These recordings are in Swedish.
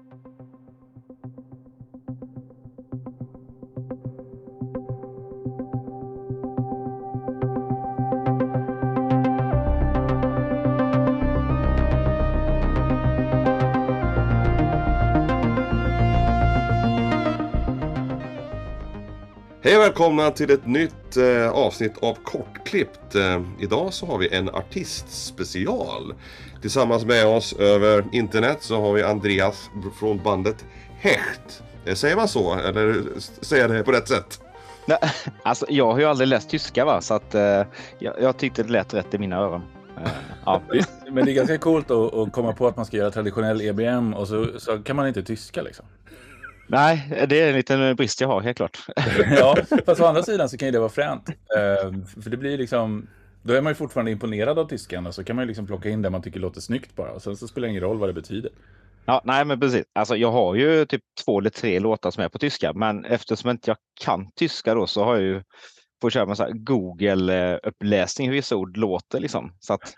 Hej och välkomna till ett nytt avsnitt av Kortklippt. Idag så har vi en artistspecial. Tillsammans med oss över internet så har vi Andreas från bandet Hecht. Säger man så? Eller säger jag det på rätt sätt? Nej, alltså jag har ju aldrig läst tyska va, så att jag tyckte det lät rätt i mina öron. Ja. Men det är ganska coolt att komma på att man ska göra traditionell EBM och så kan man inte tyska liksom. Nej, det är en liten brist jag har, helt klart. Ja, fast å andra sidan så kan ju det vara fränt. För det blir liksom, då är man ju fortfarande imponerad av tyskan och så kan man ju liksom plocka in det man tycker låter snyggt bara. Och sen så spelar det ingen roll vad det betyder. Ja, nej men precis. Alltså jag har ju typ 2 eller 3 låtar som är på tyska. Men eftersom inte jag kan tyska då så har jag ju får köra med så här Google-uppläsning hur vissa ord låter liksom. Så att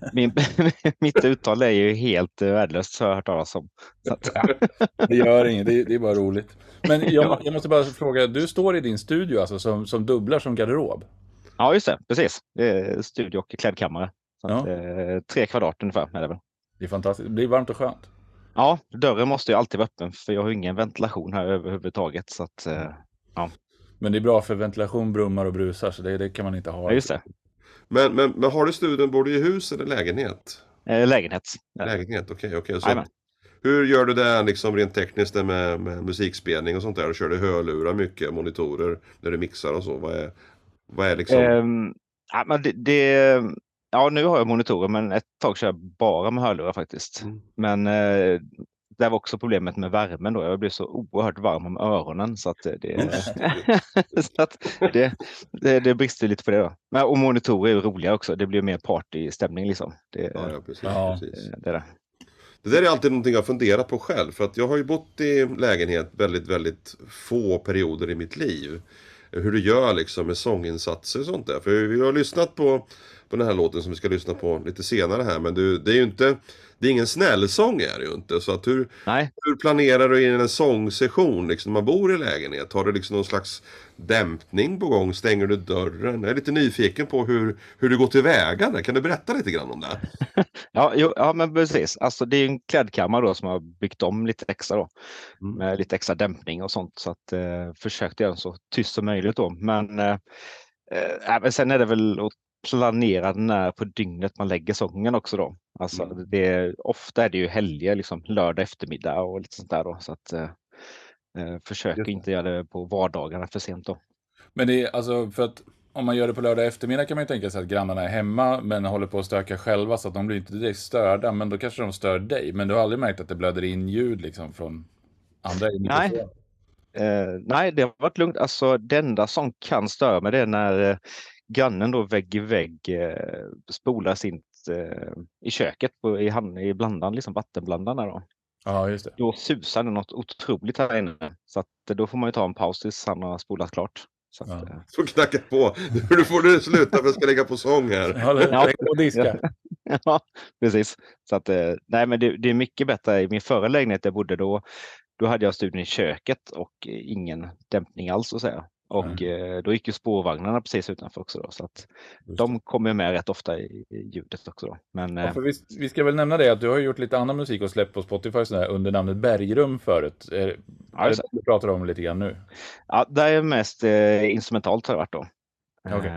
mitt uttal är ju helt värdelöst, så har jag hört talas om. Så att, ja. Det gör inget, det är bara roligt. Men jag måste bara fråga, du står i din studio alltså som dubblar som garderob? Ja, just det, precis. Det är studio och klädkammare. Så att, 3 kvadrat ungefär är det väl. Det är fantastiskt, det blir varmt och skönt. Ja, dörren måste ju alltid vara öppen för jag har ingen ventilation här överhuvudtaget. Så att, ja. Men det är bra för ventilation, brummar och brusar, så det kan man inte ha. Ja, just det. Men har du studion, bor du i hus eller lägenhet? Lägenhet. Lägenhet, okej. Så hur gör du det liksom rent tekniskt med musikspelning och sånt där? Och kör du hörlurar mycket, monitorer när du mixar och så? Vad är liksom... Ja, men ja, nu har jag monitorer, men ett tag kör jag bara med hörlurar faktiskt. Men det var också problemet med värmen då. Jag blev så oerhört varm om öronen så att det brister lite på det då. Men, och monitorer är ju roliga också. Det blir mer partystämning liksom. Precis. Det där är alltid någonting jag funderar på själv. För att jag har ju bott i lägenhet väldigt, väldigt få perioder i mitt liv. Hur du gör liksom med sånginsatser och sånt där. För vi har lyssnat på den här låten som vi ska lyssna på lite senare här. Men det är ju inte... Det är ingen snällsång är det ju inte. Så att hur planerar du in en sångsession liksom, när man bor i lägenhet? Har du liksom någon slags dämpning på gång? Stänger du dörren? Jag är lite nyfiken på hur du går tillväga där. Kan du berätta lite grann om det? Ja, men precis. Alltså, det är en klädkammare då som har byggt om lite extra då. Med lite extra dämpning och sånt. Så att försökte göra den så tyst som möjligt då. Men sen är det väl att planera när på dygnet man lägger sången också då. Alltså ofta är det ju helger, liksom lördag eftermiddag och lite sånt där då. Så att försöker inte göra det på vardagarna för sent då. Men det är alltså för att om man gör det på lördag eftermiddag kan man ju tänka sig att grannarna är hemma men håller på att stöka själva så att de blir inte direkt störda, men då kanske de stör dig. Men du har aldrig märkt att det blöder in ljud liksom från andra i mikrofonen? Nej, det har varit lugnt. Alltså det enda som kan störa mig det är när grannen då vägg i vägg spolar sin i köket i blandan, liksom vattenblandarna då. Ja, just det. Då susar det något otroligt här inne. Så att då får man ju ta en paus tills han har spolat klart. Så att, så knacka på. Nu får du sluta för jag ska lägga på sång här. Och diska. Ja, precis. Så att, nej men det är mycket bättre. I min förra lägenhet jag bodde då hade jag studion i köket och ingen dämpning alls att säga. Och då gick ju spårvagnarna precis utanför också då, så att de kommer med rätt ofta i ljudet också då. Men, för vi ska väl nämna det att du har gjort lite annan musik och släppt på Spotify sådär, under namnet Bergrum förut. Är det du pratar om lite grann nu? Ja, det är mest instrumentalt har det varit då. Okay.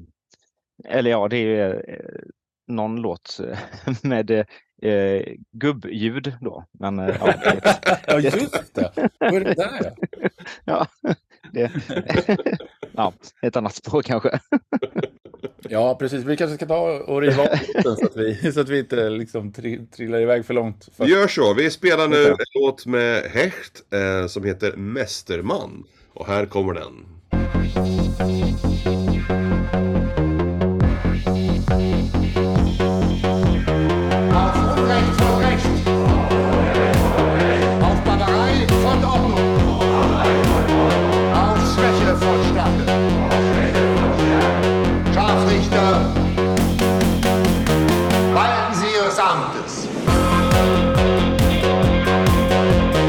Eller ja, det är ju någon låt med gubbljud då. Men, ja, just det. Vad är det där? Ja, ja, ett annat spår kanske. Ja, precis. Vi kanske ska ta och riva av så att vi inte liksom trillar iväg för långt. Vi gör så. Vi spelar nu en låt med Hecht som heter Mästerman. Och här kommer den. Walten Sie Ihres Amtes.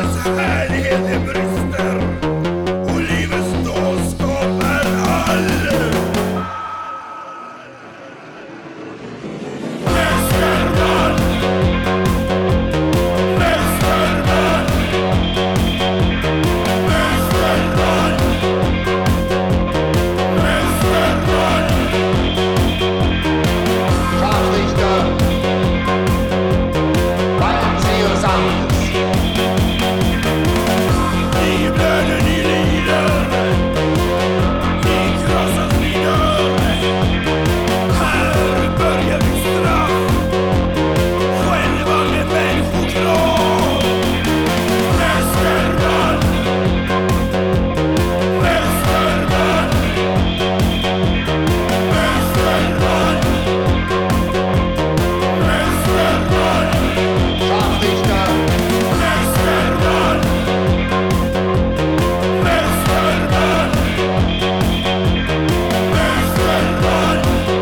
Livets härlighet är brister och livets dårskap är all. Mästerman, mästerman, mästerman, mästerman. Scharfrichter, weiten Sie uns Amtes. Ni blöder, ni lider, ni krossas, ni dör. Här börjar vi straff, själva med människokrav. Mästerman, mästerman, mästerman, mästerman, Scharfrichter, mästerman, mästerman, mästerman,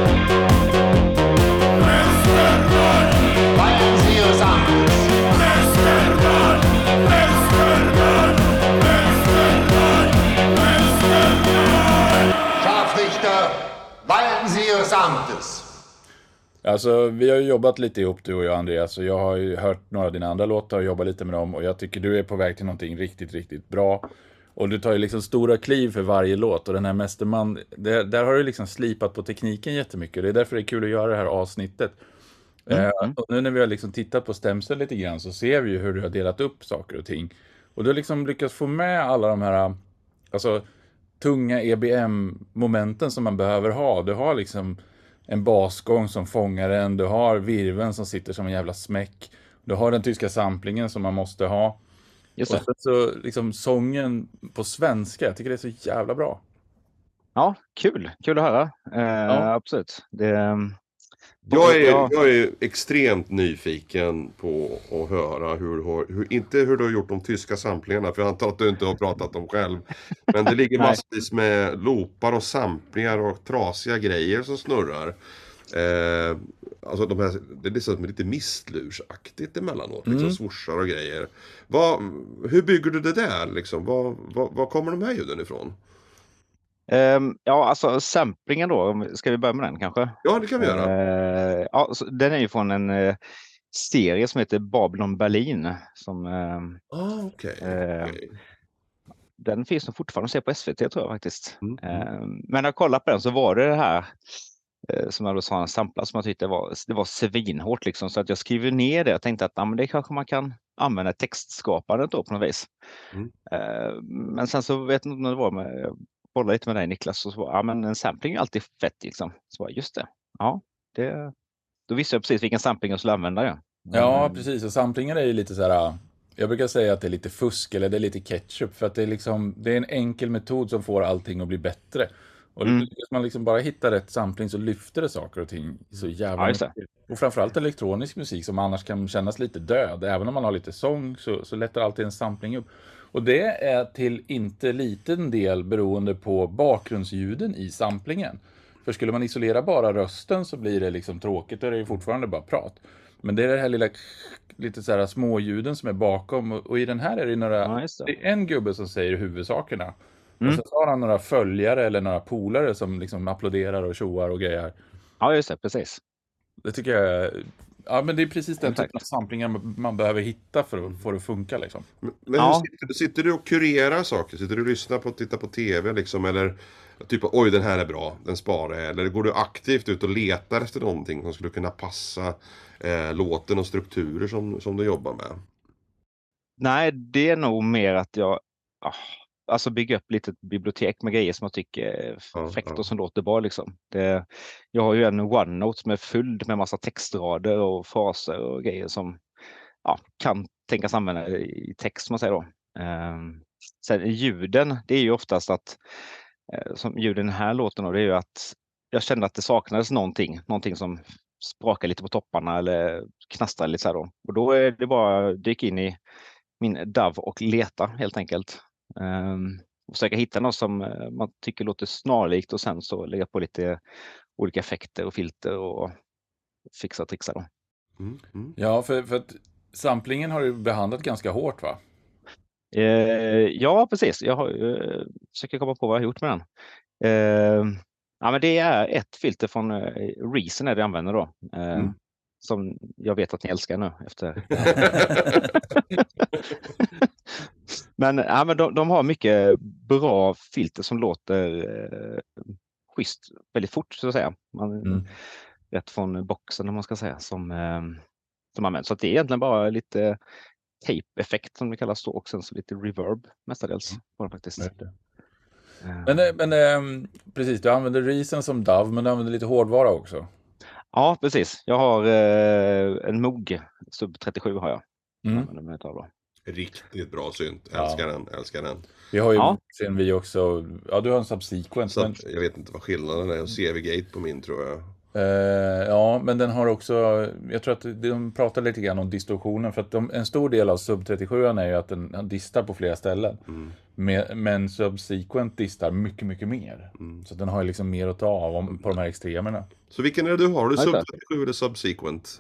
mästerman. weiten Sie uns Amtes. Mästerman, mästerman, mästerman, mästerman. Scharfrichter, weiten Sie uns Amtes. Alltså, vi har ju jobbat lite ihop, du och jag, Andreas, och jag har ju hört några av dina andra låtar och jobbat lite med dem, och jag tycker du är på väg till någonting riktigt, riktigt bra. Och du tar ju liksom stora kliv för varje låt, och den här Mästerman, där har du liksom slipat på tekniken jättemycket. Det är därför det är kul att göra det här avsnittet. Och nu när vi har liksom tittat på stämseln lite grann, så ser vi ju hur du har delat upp saker och ting. Och du har liksom lyckats få med alla de här, alltså, tunga EBM-momenten som man behöver ha. Du har liksom en basgång som fångar den, du har virveln som sitter som en jävla smäck, du har den tyska samplingen som man måste ha. Just Och det. sen så liksom sången på svenska, jag tycker det är så jävla bra. Ja, kul att höra. Ja. Absolut. Jag Ja. är extremt nyfiken på att höra inte hur du har gjort de tyska samplingarna, för jag antar att du inte har pratat om själv. Men det ligger Nej. massvis med loopar och samplingar och trasiga grejer som snurrar. Alltså det är liksom lite mistlursaktigt emellanåt, liksom swooshar och grejer. Hur bygger du det där liksom? Var kommer de här ljuden ifrån? Ja, alltså samplingen då, ska vi börja med den kanske? Ja, det kan vi göra. Ja, så den är ju från en serie som heter Babylon Berlin. Okej. Den finns nog fortfarande att se på SVT, tror jag faktiskt. Mm. Men när jag kollade på den så var det här som jag då sa, en samplar som jag tyckte det var svinhårt liksom, så att jag skriver ner det. Jag tänkte att men det kanske man kan använda textskapandet då på något vis. Men sen så vet jag inte när det var med, jag kollade lite med dig Niklas, och så men en sampling är alltid fett liksom. Så just det. Ja, då visste jag precis vilken sampling jag skulle använda. Ja, precis. Och samplingar är ju lite så här, jag brukar säga att det är lite fusk eller det är lite ketchup, för att det är en enkel metod som får allting att bli bättre. Och lyckas man liksom bara hitta rätt sampling, så lyfter det saker och ting så jävla just det. mycket. Och framförallt elektronisk musik som annars kan kännas lite död. Även om man har lite sång så lättar alltid en sampling upp. Och det är till inte liten del beroende på bakgrundsljuden i samplingen. För skulle man isolera bara rösten så blir det liksom tråkigt, och det är fortfarande bara prat. Men det är det här lite så här småljuden som är bakom, och i den här är det några, det är en gubbe som säger huvudsakerna. Och så har han några följare eller några polare som liksom applåderar och tjoar och grejer. Ja, just det, precis. Det tycker jag, ja, men det är precis den typen av samplingar man behöver hitta för att få det att funka liksom. Men hur sitter du och kurerar saker? Sitter du och lyssnar på, tittar på tv liksom, eller typ oj, den här är bra, den sparar jag, eller går du aktivt ut och letar efter någonting som skulle kunna passa låten och strukturer som du jobbar med? Nej, det är nog mer att jag alltså bygger upp lite bibliotek med grejer som jag tycker är fräckt och som låter bra liksom. Jag har ju en OneNote som är fylld med massa textrader och fraser och grejer som kan tänkas använda i text, som man säger då. Sen ljuden, det är ju oftast att som ljuden i den här låten då, det är ju att jag kände att det saknades någonting som sprakar lite på topparna eller knastrar lite så här då. Och då är det bara dyka in i min DAW och leta helt enkelt. Och försöka hitta något som man tycker låter snarlikt, och sen så lägga på lite olika effekter och filter och fixa och trixa då. Ja, för att samplingen har du behandlat ganska hårt, va? Ja, precis. Jag försöker komma på vad jag har gjort med den. Ja, men det är ett filter från Reason är det jag använder då. Som jag vet att ni älskar nu efter. Men de har mycket bra filter som låter schysst väldigt fort så att säga. Rätt från boxen om man ska säga som används. Så att det är egentligen bara lite tape-effekt som det kallas då och sen så lite reverb mestadels på den faktiskt. Men precis, du använder Reason som DAW men du använder lite hårdvara också. Ja, precis. Jag har en Moog Sub 37 har jag. Riktigt bra synt. Älskar den. Vi har ju sen vi också, du har en Subsequent. Jag vet inte vad skillnaden är. CV-gate på min tror jag. Ja, men den har också, jag tror att de pratar lite grann om distorsionen för att en stor del av Sub 37 är ju att den distar på flera ställen. Men Subsequent distar mycket, mycket mer. Så den har ju liksom mer att ta av på de här extremerna. Så vilken är det du har? Du Sub 37 eller Subsequent?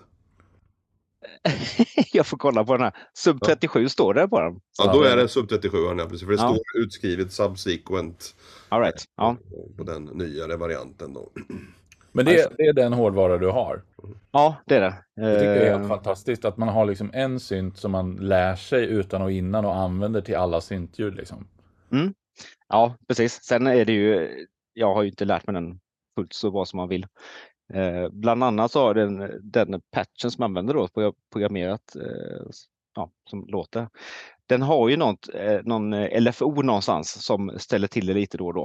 Jag får kolla på den här. Sub 37 står det på den. Ja, då är det Sub 37, ja, precis. För det står utskrivet Subsequent. All right. Ja. På den nyare varianten då. Men det är den hårdvara du har? Ja, det är det. Jag tycker det är helt fantastiskt att man har liksom en synt som man lär sig utan och innan och använder till alla syntljud liksom. Ja, precis. Sen är det ju, jag har ju inte lärt mig den fullt så bra som man vill. Bland annat så har den patchen som man använder då programmerat som låter. Den har ju någon LFO någonstans som ställer till det lite då och då.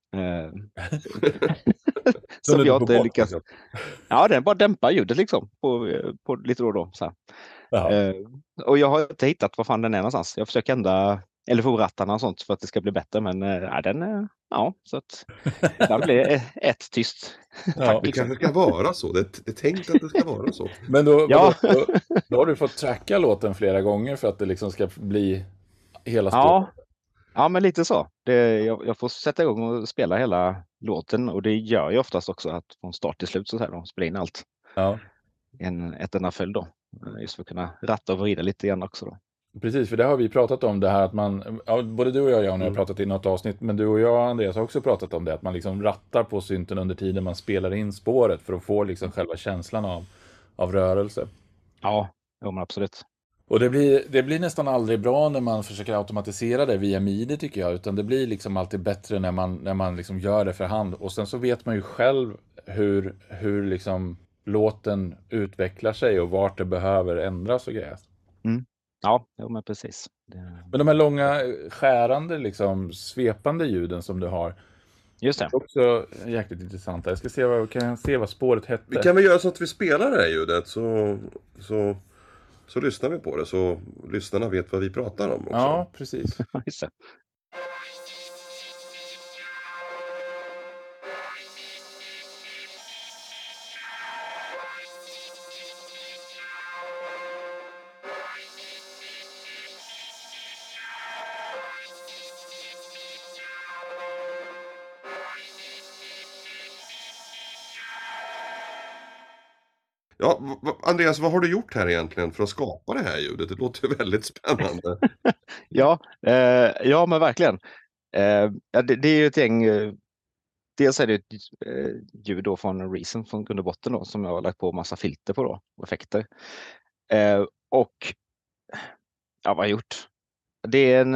Som jag inte lyckas. Ja, den bara dämpar ljudet liksom på lite då och då. Så och jag har inte hittat var fan den är någonstans. Jag försöker ändra LFO-rattarna och sånt för att det ska bli bättre, men så att det blir ett tyst. Det kanske ska vara så. Det är tänkt att det ska vara så. Men då har du fått tracka låten flera gånger för att det liksom ska bli hela spåret. Ja, men lite så. Jag får sätta igång och spela hela låten och det gör ju oftast också att från start till slut så här, de spelar in allt. Ja. Ett enda följd då. Just för att kunna ratta och vrida lite grann också då. Precis, för det har vi pratat om det här att man, både du och jag Jan har pratat i något avsnitt, men du och jag Andreas har också pratat om det, att man liksom rattar på synten under tiden man spelar in spåret för att få liksom själva känslan av rörelse. Ja, men absolut. Och det blir nästan aldrig bra när man försöker automatisera det via MIDI tycker jag, utan det blir liksom alltid bättre när man liksom gör det för hand. Och sen så vet man ju själv hur liksom låten utvecklar sig och vart det behöver ändras och grejer. Ja, men precis. Men de här långa skärande liksom svepande ljuden som du har. Just det. Det är också jäkligt intressant. Jag ska se vad spåret hette. Vi kan väl göra så att vi spelar det här ljudet så lyssnar vi på det så lyssnarna vet vad vi pratar om också. Ja, precis. Just det. Ja, Andreas, vad har du gjort här egentligen för att skapa det här ljudet? Det låter väldigt spännande. Ja, men verkligen. Det är ju ett gäng. Dels är det ett ljud då från Reason från grund och botten då, som jag har lagt på massa filter på då, och effekter. Och vad har jag gjort? Det är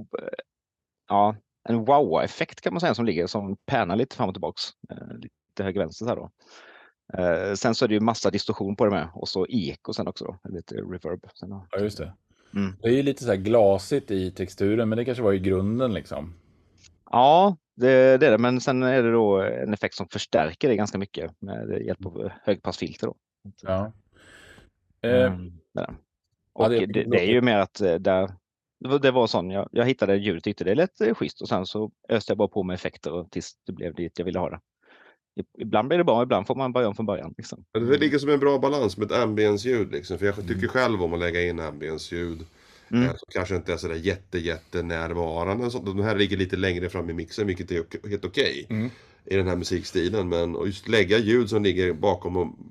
en wow-effekt kan man säga som ligger som pärnar lite fram och tillbaks. Lite höger-vänster här då. Sen så är det ju massa distorsion på det med och så eko sen också då, lite reverb. Ja, just det. Det är ju lite så här glasigt i texturen, men det kanske var i grunden liksom. Ja, det är det, men sen är det då en effekt som förstärker det ganska mycket med hjälp av högpassfilter då. Ja. Och det är ju mer att det var sån, jag hittade ljudet, tyckte det lät schysst och sen så öste jag bara på med effekter och tills det blev dit jag ville ha det. Ibland blir det bra, ibland får man börja om från början. Liksom. Det ligger som en bra balans med ett ambience-ljud. Liksom. För jag tycker själv om att lägga in ambience-ljud. Som kanske inte är sådär jätte närvarande. De här ligger lite längre fram i mixen, vilket är helt okej i den här musikstilen. Men att just lägga ljud som ligger bakom och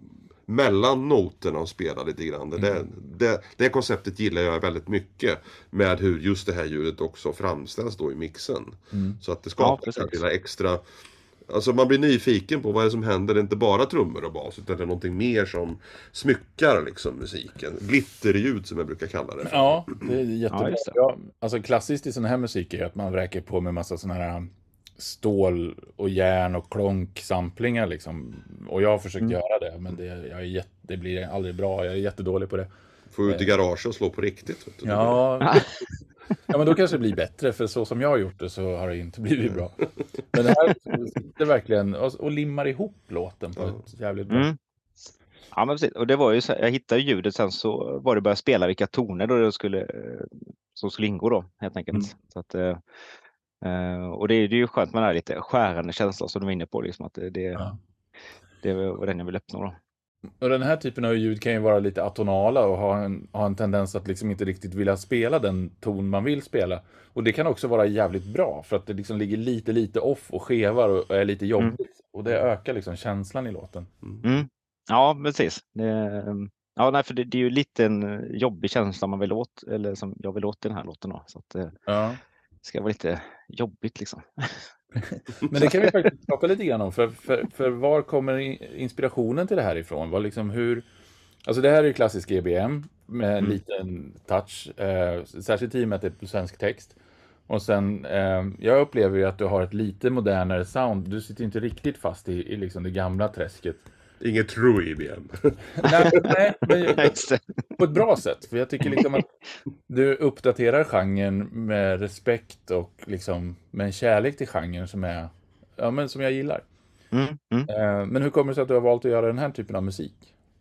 mellan noterna och spela lite grann. Det konceptet gillar jag väldigt mycket, med hur just det här ljudet också framställs då i mixen. Så att det skapar precis. det lilla extra. Alltså man blir nyfiken på vad är det som händer. Det är inte bara trummor och bas, utan det är någonting mer som smyckar liksom musiken. Glitterljud som jag brukar kalla det. Ja, det är jättebra. just det. Ja, alltså klassiskt i sån här musik är att man vräker på med massa såna här stål och järn och klonksamplingar liksom. Och jag har försökt göra det, men det blir aldrig bra. Jag är jättedålig på det. Få ut i garage och slå på riktigt. Vet du. Ja, ja, men då kanske det blir bättre, för så som jag har gjort det så har det inte blivit bra. Men det här sitter verkligen och limmar ihop låten på ett jävligt bra. Ja, men precis. Och det var ju så, jag hittade ljudet, sen så var det bara att spela vilka toner då det skulle ingå då, helt enkelt. Så att, och det är ju skönt med den här lite skärande känslan som du var inne på, liksom, att det var den jag ville uppnå då. Och den här typen av ljud kan ju vara lite atonala och ha en tendens att liksom inte riktigt vilja spela den ton man vill spela. Och det kan också vara jävligt bra, för att det liksom ligger lite off och skevar och är lite jobbigt. Och det ökar liksom känslan i låten. Ja, precis. För det är ju lite en jobbig känsla man vill åt, eller som jag vill åt i den här låten då. Så att det ska vara lite jobbigt liksom. Men det kan vi faktiskt prata lite grann om, för var kommer inspirationen till det här ifrån? Alltså det här är ju klassisk EBM med en liten touch, särskilt i och med att det är på svensk text. Och sen, jag upplever ju att du har ett lite modernare sound. Du sitter inte riktigt fast i liksom det gamla träsket. Inget true EBM. Nej, men på ett bra sätt. För jag tycker liksom att du uppdaterar genren med respekt och liksom med en kärlek till genren som jag gillar. Men hur kommer det sig att du har valt att göra den här typen av musik?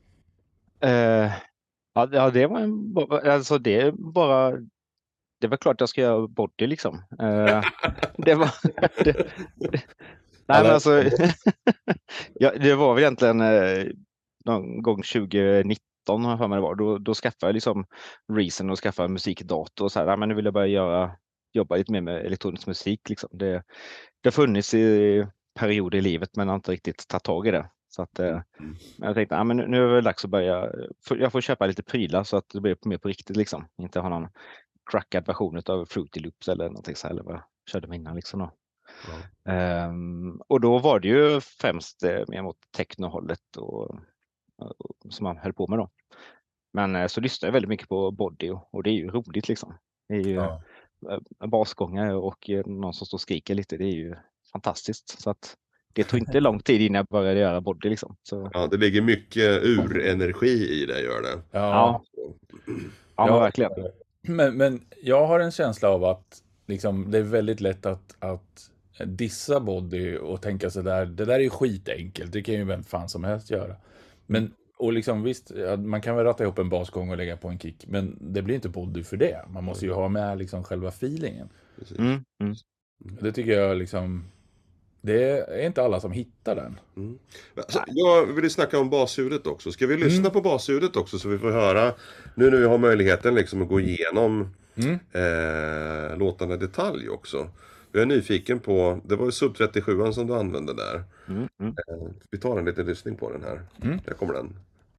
Det var alltså det är bara... Det var klart att jag ska göra body liksom. Det var... Nej, men alltså, det var väl egentligen någon gång 2019 har jag för mig det var. Då skaffade jag liksom Reason och skaffade en musikdator och så här. Men nu vill jag bara jobba lite mer med elektronisk musik liksom. Det har funnits i perioder i livet, men jag har inte riktigt tagit tag i det. Så att jag tänkte, men nu är det väl dags att börja. Jag får köpa lite prylar så att det blir mer på riktigt liksom. Inte ha någon crackad version av Fruity Loops eller någonting så här, eller vad jag körde med innan liksom då. Och då var det ju främst mer mot technohållet och som man höll på med då. Men så lyssnar jag väldigt mycket på body och det är ju roligt liksom. Det är ju basgångar och någon som står och skriker lite, det är ju fantastiskt. Så att det tog inte lång tid innan jag började göra body liksom. Så... Ja, det ligger mycket urenergi i det, gör det. Ja, verkligen. Men jag har en känsla av att liksom, det är väldigt lätt att dissa body och tänka så där, det där är ju skitenkelt, det kan ju vem fan som helst göra. Men, och liksom visst, man kan väl ratta ihop en basgång och lägga på en kick, men det blir inte body för det. Man måste ju ha med liksom själva feelingen. Det tycker jag liksom, det är inte alla som hittar den. Alltså, jag vill snacka om basljudet också. Ska vi lyssna på basljudet också så vi får höra, nu när vi har möjligheten liksom att gå igenom låtarna i detalj också. Jag är nyfiken på, det var ju Sub 37 som du använde där. Vi tar en liten lyssning på den här. Där kommer den.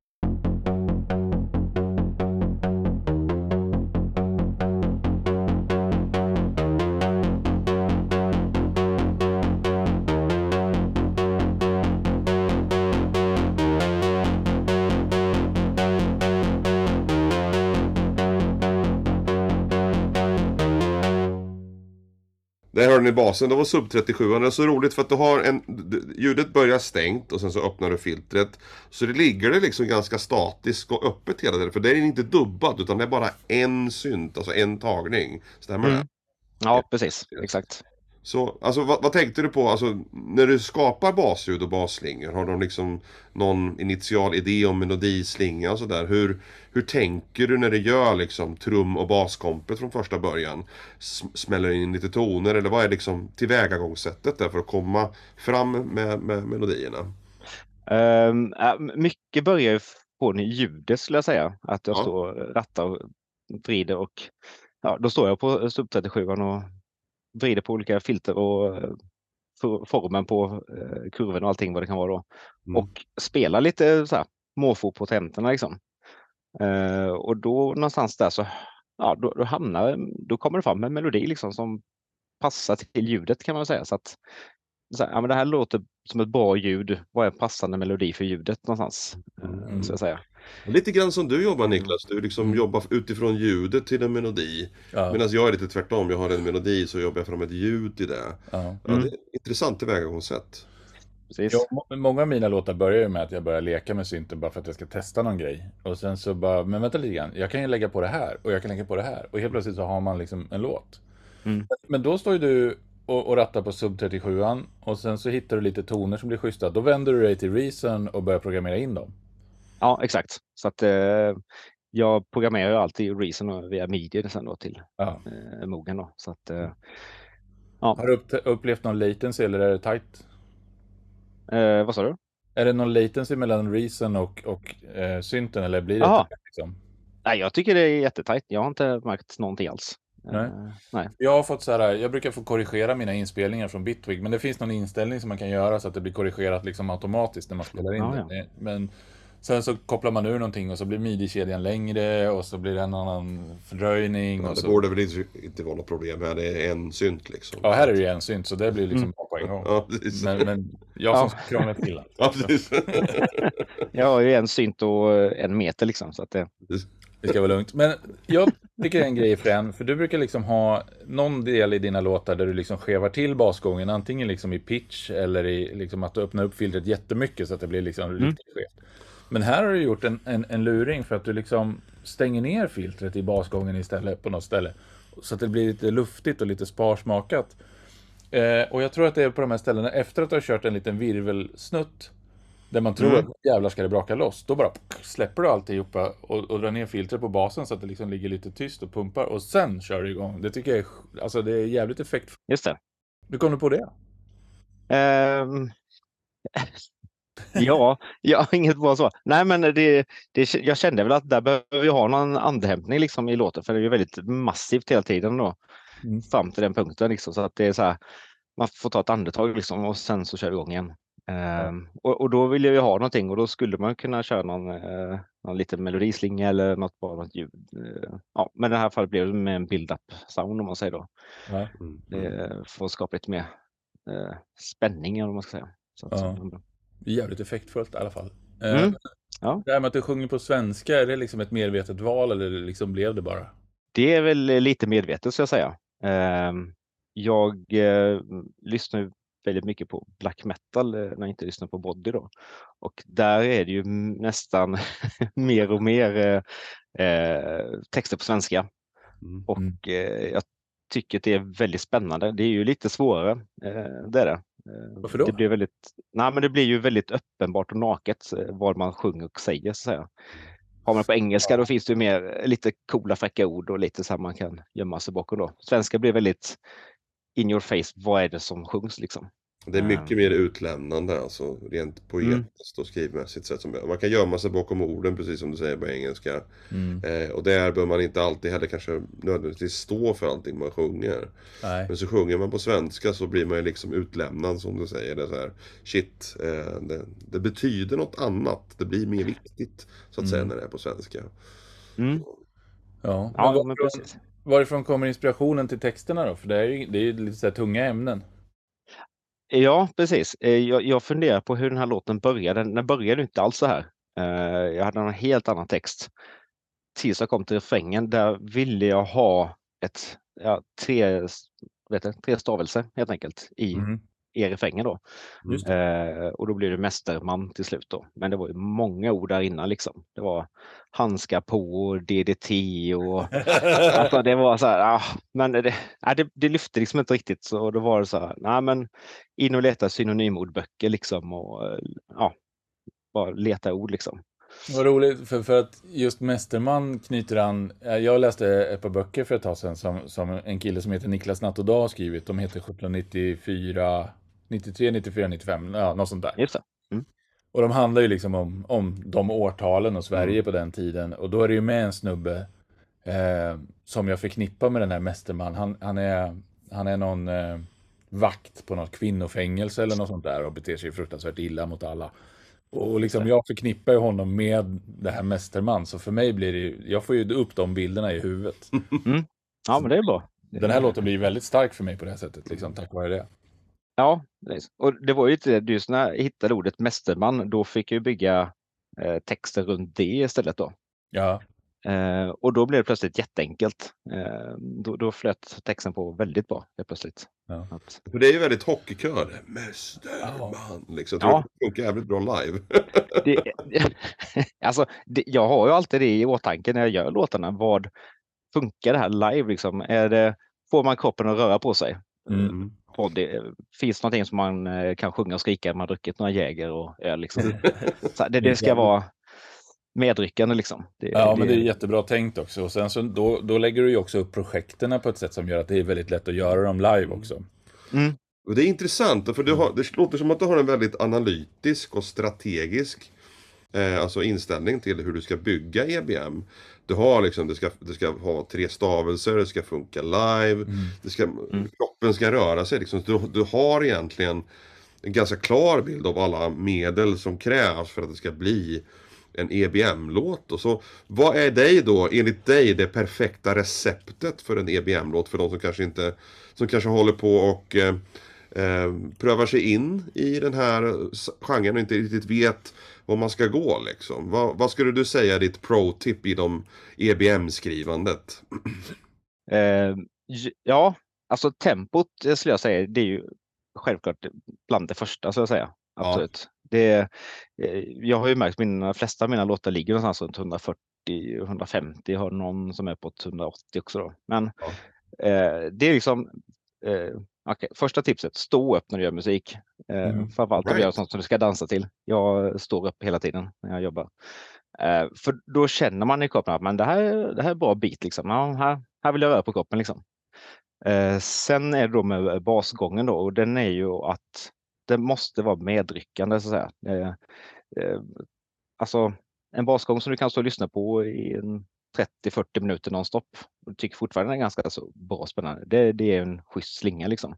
Där hörde ni basen, det var Sub 37. Det är så roligt för att du har ljudet börjar stängt och sen så öppnar du filtret. Så det ligger det liksom ganska statiskt och öppet hela tiden. För det är inte dubbad utan det är bara en synt, alltså en tagning. Stämmer det? Ja, precis. Exakt. Så, alltså vad tänkte du på, alltså när du skapar basljud och basslingor, har de liksom någon initial idé om melodislinga och sådär? Hur tänker du när du gör liksom trum- och baskompet från första början? Smäller in lite toner eller vad är liksom tillvägagångssättet där för att komma fram med melodierna? Mycket börjar ju på ljudet skulle jag säga. Att jag står och rattar och vrider och då står jag på Sub 37 och vrider på olika filter och formen på kurven och allting vad det kan vara då. Och spelar lite så här måfå på tentorna liksom. Och då någonstans där så, ja, då kommer det fram en melodi liksom som passar till ljudet kan man säga. Så att ja, men det här låter som ett bra ljud. Vad är en passande melodi för ljudet någonstans? Så att säga. Lite grann som du jobbar, Niklas. Du liksom jobbar utifrån ljudet till en melodi. Ja. Medan jag är lite tvärtom. Jag har en melodi så jobbar jag fram ett ljud till det. Ja. Ja, det är ett intressant tillvägagångssätt. Precis. Många av mina låtar börjar ju med att jag börjar leka med synten bara för att jag ska testa någon grej. Och sen så bara, men vänta lite grann, jag kan ju lägga på det här och jag kan lägga på det här. Och helt plötsligt så har man liksom en låt. Men då står ju du och rattar på sub 37an och sen så hittar du lite toner som blir schyssta. Då vänder du dig till Reason och börjar programmera in dem. Ja, exakt. Så att jag programmerar ju alltid Reason via MIDI sen då till Mogen då. Så att, ja. Har du upplevt någon latency eller är det tight? Vad sa du? Är det någon latency mellan Reason och synten eller blir det Aha. liksom? Nej, jag tycker det är jättetajt. Jag har inte märkt någonting alls. Nej. Jag har fått så här, jag brukar få korrigera mina inspelningar från Bitwig, men det finns någon inställning som man kan göra så att det blir korrigerat liksom automatiskt när man spelar in det. Ja. Men sen så kopplar man ur någonting och så blir midi-kedjan längre och så blir det en annan fördröjning. Ja, och det så... borde väl inte vara något problem här. Det är en synt liksom. Ja, här är det ju en synt så det blir liksom på en gång. Ja, precis. Men jag som krånglar till det. Ja, precis. Jag har ju en synt och en meter liksom. Så att Det ska vara lugnt. Men jag tycker det är en grej frän, för du brukar liksom ha någon del i dina låtar där du liksom skevar till basgången, antingen liksom i pitch eller i liksom att du öppnar upp filtret jättemycket så att det blir liksom riktigt skevt. Men här har du gjort en luring för att du liksom stänger ner filtret i basgången istället på något ställe. Så att det blir lite luftigt och lite sparsmakat. Och jag tror att det är på de här ställena efter att du har kört en liten virvelsnutt där man tror att jävlar ska det braka loss. Då bara släpper du alltihopa och drar ner filtret på basen så att det liksom ligger lite tyst och pumpar. Och sen kör du igång. Det tycker jag är, alltså det är jävligt effekt. Just det. Hur kom du på det? Ja, jag har inget bra svar. Nej, men jag kände väl att där behöver vi ha någon andhämtning liksom i låten. För det är ju väldigt massivt hela tiden då. Fram till den punkten liksom. Så att det är så här, man får ta ett andetag liksom och sen så kör vi igång igen. Och då vill jag ju ha någonting och då skulle man kunna köra någon liten melodislinga eller något ljud. Ja, men i det här fallet blev det med en build-up sound om man säger då. Ja. För att skapa lite mer spänning om man ska säga. Så att, Jävligt effektfullt i alla fall. Ja. Det här med att du sjunger på svenska, är det liksom ett medvetet val eller liksom blev det bara? Det är väl lite medvetet ska jag säga. Jag lyssnar ju väldigt mycket på black metal när jag inte lyssnar på body då. Och där är det ju nästan mer och mer texter på svenska. Och jag tycker att det är väldigt spännande. Det är ju lite svårare, det är det. Varför då? Det blir ju väldigt uppenbart och naket vad man sjunger och säger så att säga. Har man på engelska då finns det ju mer lite coola fräcka ord och lite så här man kan gömma sig bakom då. Svenska blir väldigt in your face, vad är det som sjungs liksom? Det är mycket mer utlämnande, alltså rent poetiskt och skrivmässigt sätt. Man kan gömma sig bakom orden, precis som du säger på engelska. Och där bör man inte alltid heller kanske nödvändigtvis stå för allting man sjunger. Nej. Men så sjunger man på svenska så blir man ju liksom utlämnad, som du säger. Det är så här, shit, det betyder något annat. Det blir mer viktigt, så att säga, när det är på svenska. Ja, men precis. Varifrån kommer inspirationen till texterna då? För det är ju lite så här tunga ämnen. Ja, precis. Jag funderar på hur den här låten började. Den började inte alls så här. Jag hade en helt annan text. Tills jag kom till refrängen, där ville jag ha tre stavelser helt enkelt i refrängen då. Och då blev det mästerman till slut då. Men det var ju många ord där innan liksom. Det var handskar på och DDT och alltså det var så här, men det lyfte liksom inte riktigt, så då var det så här, men in och leta synonymordböcker liksom och bara leta ord liksom. Vad roligt, för att just mästerman knyter an. Jag läste ett par böcker för ett tag sedan som en kille som heter Niklas Nattodal har skrivit. De heter 1794, 93, 94, 95, något sånt där. Just det. Och de handlar ju liksom om de årtalen och Sverige på den tiden. Och då är det ju med en snubbe som jag förknippar med den här mästerman. Han är någon vakt på något kvinnofängelse eller något sånt där och beter sig fruktansvärt illa mot alla. Och liksom jag förknippar ju honom med det här Mästerman, så för mig blir det ju, jag får ju upp de bilderna i huvudet. Ja, men det är bra. Den här låten blir väldigt stark för mig på det här sättet, liksom, tack vare det. Ja, och det var ju inte just när jag hittade ordet mästerman, då fick jag ju bygga texter runt det istället då. Ja, Och då blev det plötsligt jätteenkelt. Då flöt texten på väldigt bra helt plötsligt. ja. För det är ju väldigt hockeykör. Mästerman. Liksom. Jag tror att det funkar jävligt bra live. Alltså, jag har ju alltid det i åtanke när jag gör låtarna. Vad funkar det här live? Liksom? Får man kroppen att röra på sig? Mm. Och finns någonting som man kan sjunga och skrika när man har druckit några Jäger och öl. Liksom. Så det ska vara medryckande. Liksom. Men det är jättebra tänkt också. Och sen så då lägger du ju också upp projekterna på ett sätt som gör att det är väldigt lätt att göra dem live också. Mm. Och det är intressant, för det låter som att du har en väldigt analytisk och strategisk alltså inställning till hur du ska bygga EBM. Du har liksom, det ska ha 3 stavelser, det ska funka live, kroppen ska röra sig. Liksom. Du har egentligen en ganska klar bild av alla medel som krävs för att det ska bli en EBM-låt. Och så, vad är enligt dig det perfekta receptet för en EBM-låt för de som kanske håller på och prövar sig in i den här genren och inte riktigt vet var man ska gå liksom. Vad skulle du säga är ditt pro-tip i de EBM-skrivandet? Ja, alltså tempot skulle jag säga, det är ju självklart bland det första, så att säga. Absolut. Jag har ju märkt att de flesta av mina låtar ligger någonstans runt 140-150. Jag har någon som är på 180 också då. Men det är liksom första tipset, stå upp när du gör musik. Framförallt om du gör sånt som du ska dansa till. Jag står upp hela tiden när jag jobbar. För då känner man i kroppen att det här är bra beat. Liksom. Ja, här vill jag röra på kroppen. Liksom. Sen är det då med basgången då, och den är ju att det måste vara medryckande, så att säga. Alltså en basgång som du kan stå och lyssna på i 30-40 minuter nonstop och tycker fortfarande är ganska så bra spännande. Det är en schysst slinga liksom.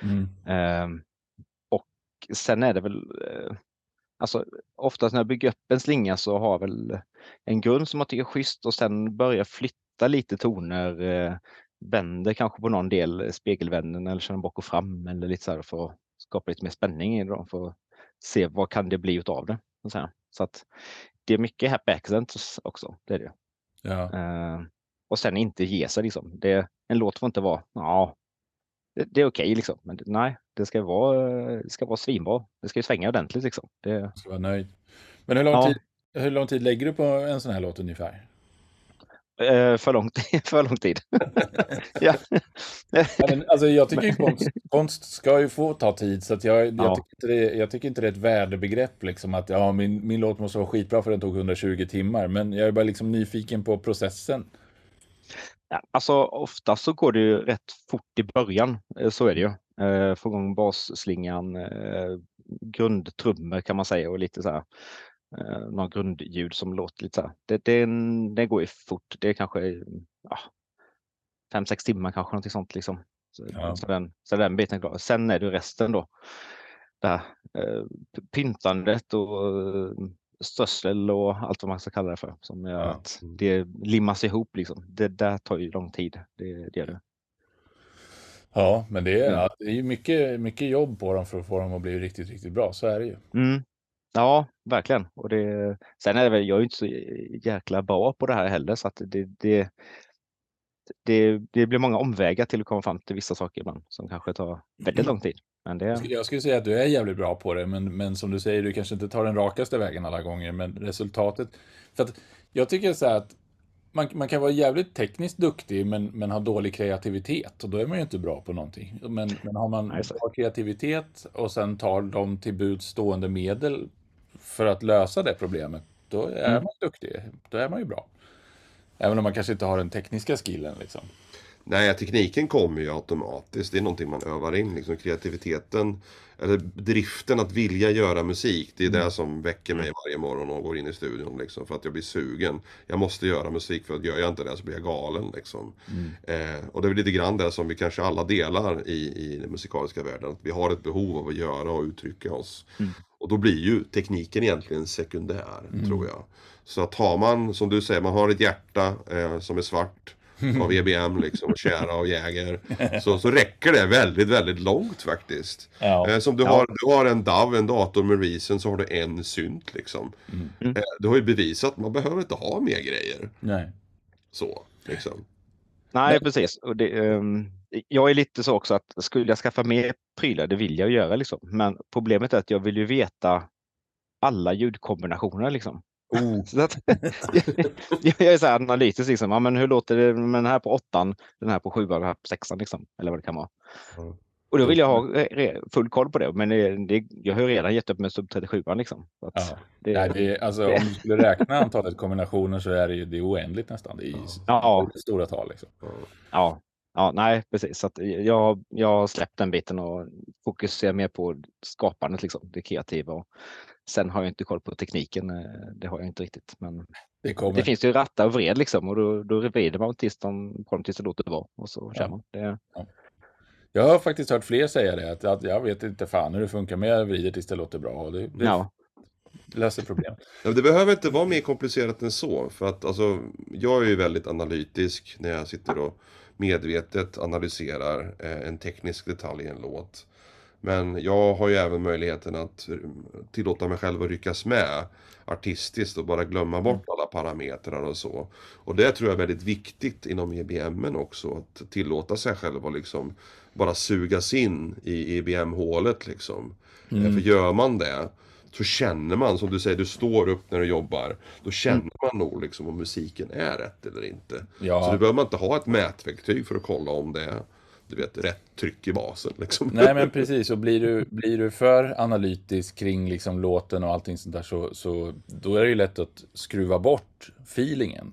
Och sen är det väl alltså oftast när jag bygger upp en slinga så har jag väl en grund som jag tycker är schysst och sen börjar flytta lite toner, vänder kanske på någon del spegelvänden eller känner bak och fram eller lite så här för att skapa lite mer spänning i det, för att se vad kan det bli utav det. Så att det är mycket happy accents också, det är det. Ja. Och sen inte ge sig liksom. En låt får inte vara, det är okej liksom, men nej, det ska vara svinbra. Det ska ju svänga ordentligt liksom. Jag ska vara nöjd. Men hur lång tid lägger du på en sån här låt ungefär? För lång tid. Ja. Men, alltså, jag tycker ju konst ska ju få ta tid, så att jag tycker inte det är ett värdebegrepp liksom, att min låt måste vara skitbra för den tog 120 timmar, men jag är bara liksom nyfiken på processen. Ja, alltså ofta så går det ju rätt fort i början, så är det ju. Få igång basslingan, grundtrummor kan man säga och lite så här. Några grundljud som låter lite så här. Det går ju fort. Det är kanske 5-6 timmar kanske, någonting sånt liksom. Så den biten är klar. Sen är det resten då. Där pyntandet och strössel och allt vad man ska kalla det för. Som gör att det limmas ihop liksom. Det där tar ju lång tid. Det gör det. Ja, men det är ju mycket jobb på dem för att få dem att bli riktigt, riktigt bra. Så är det ju. Ja, verkligen. Och sen är det väl, jag är ju inte så jäkla bra på det här heller, så att det blir många omvägar till att komma fram till vissa saker ibland som kanske tar väldigt lång tid. Men jag skulle säga att du är jävligt bra på det, men som du säger, du kanske inte tar den rakaste vägen alla gånger, men resultatet, för att jag tycker så här att man kan vara jävligt tekniskt duktig men ha dålig kreativitet, och då är man ju inte bra på någonting. Men har man bra kreativitet och sen tar de till bud stående medel för att lösa det problemet, då är man duktig. Då är man ju bra. Även om man kanske inte har den tekniska skillen liksom. Nej, tekniken kommer ju automatiskt. Det är någonting man övar in, liksom kreativiteten eller driften att vilja göra musik. Det är det som väcker mig varje morgon och går in i studion liksom, för att jag blir sugen. Jag måste göra musik, för att gör jag inte det så blir jag galen liksom. Och det är väl lite grann det som vi kanske alla delar i den musikaliska världen. Att vi har ett behov av att göra och uttrycka oss. Och då blir ju tekniken egentligen sekundär, tror jag. Så att har man, som du säger, man har ett hjärta som är svart av EBM liksom, och kära och jäger, så räcker det väldigt, väldigt långt faktiskt. Ja. Som du har en DAW, en dator med Reason, så har du en synt liksom. Du har ju bevisat att man behöver inte ha mer grejer. Nej. Så, liksom. Nej, precis. Och jag är lite så också att skulle jag skaffa mer prylar, det vill jag göra liksom. Men problemet är att jag vill ju veta alla ljudkombinationer liksom. Så att, jag är så här analytisk liksom. Ja, men hur låter det med den här på 8:an, den här på 7:an, den här på 6:an liksom, eller vad det kan vara. Och då vill jag ha full koll på det, men jag har ju redan gett upp med sub 37:an liksom. Så att Alltså, om du skulle räkna antalet kombinationer så är det är oändligt nästan. Det är stora tal liksom. Ja, nej, precis. Så att jag har släppt den biten och fokuserar mer på skapandet, liksom, det kreativa. Och sen har jag inte koll på tekniken. Det har jag inte riktigt. Men det finns ju rattar och vred liksom, och då vrider man tills det låter bra och så kör man. Jag har faktiskt hört fler säga det, att jag vet inte fan hur det funkar, men jag vrider tills det låter bra. Och det löser problem. Ja, det behöver inte vara mer komplicerat än så. För att alltså, jag är ju väldigt analytisk när jag sitter och medvetet analyserar en teknisk detalj i en låt. Men jag har ju även möjligheten att tillåta mig själv att ryckas med artistiskt och bara glömma bort alla parametrar och så. Och det tror jag är väldigt viktigt inom EBM:en också, att tillåta sig själv att liksom bara sugas in i EBM-hålet liksom. För gör man det, så känner man, som du säger, du står upp när du jobbar, då känner man nog liksom om musiken är rätt eller inte. Ja. Så du behöver man inte ha ett mätverktyg för att kolla om det är, du vet, rätt tryck i basen liksom. Nej, men precis, och blir du för analytisk kring liksom låten och allting sånt där, så då är det ju lätt att skruva bort feelingen.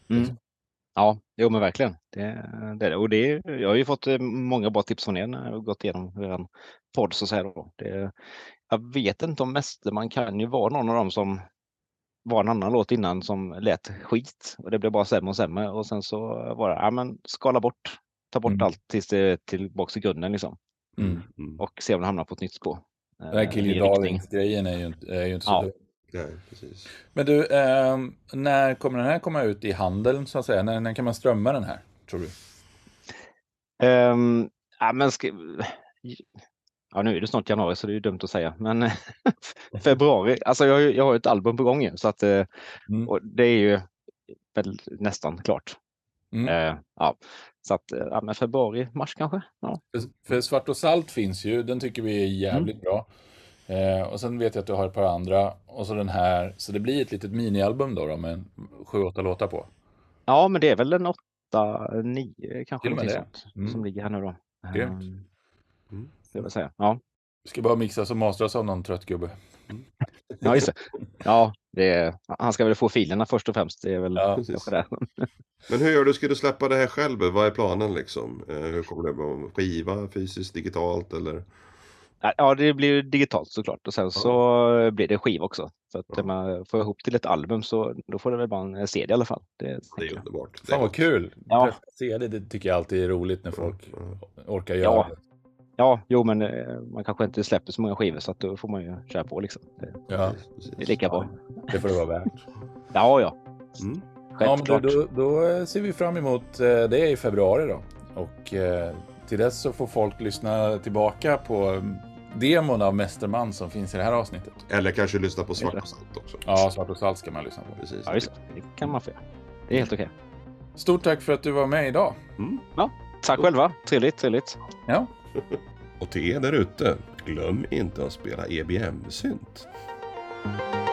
Ja, jo men verkligen. Och jag har ju fått många bra tips från er när jag har gått igenom er podd, så säger då. Jag vet inte om man kan ju vara någon av dem som var en annan låt innan som lät skit och det blev bara sämre och sämre, och sen så var det, skala bort, ta bort allt tills det är tillbaka till grunden liksom. Och se om det hamnar på ett nytt spår. Den här Killy-Darlings-grejen är ju inte så dum. Nej, precis. Men du, när kommer den här komma ut i handeln så att säga? När kan man strömma den här, tror du? Nu är det snart januari så det är ju dumt att säga, men februari, alltså jag har ett album på gång ju, så att och det är ju väl nästan klart. Så att men februari, mars kanske. Ja. För Svart och Salt finns ju, den tycker vi är jävligt bra. Och sen vet jag att du har ett par andra, och så den här, så det blir ett litet minialbum då med 7-8 låtar på. Ja, men det är väl en 8-9 kanske något sånt som ligger här nu då. Jag vill säga. Ja. Ska bara mixas och mastras av någon trött gubbe. Ja, just det. Ja, han ska väl få filerna först och främst. Det är väl kanske det. Men hur gör du? Ska du släppa det här själv? Vad är planen liksom? Hur kommer det vara? Skiva, fysiskt, digitalt eller? Ja, det blir digitalt såklart. Och sen så blir det skiva också. Så att man får ihop till ett album, så då får det väl bara en CD i alla fall. Det är underbart. Fan vad kul! Ja. CD, det tycker jag alltid är roligt när folk orkar göra det. Ja, jo, men man kanske inte släpper så många skivor, så att då får man ju köra på liksom. Det är lika bra. Det får det vara värt. Ja. Självklart. Ja, men då ser vi fram emot det i februari då. Och till dess så får folk lyssna tillbaka på demon av Mästerman som finns i det här avsnittet. Eller kanske lyssna på Svart och Salt också. Ja, Svart och Salt ska man lyssna på. Precis. Ja, just det kan man få göra. Det är helt okej. Stort tack för att du var med idag. Ja, tack själva. Trevligt. Ja. Och till er där ute, glöm inte att spela EBM-synt.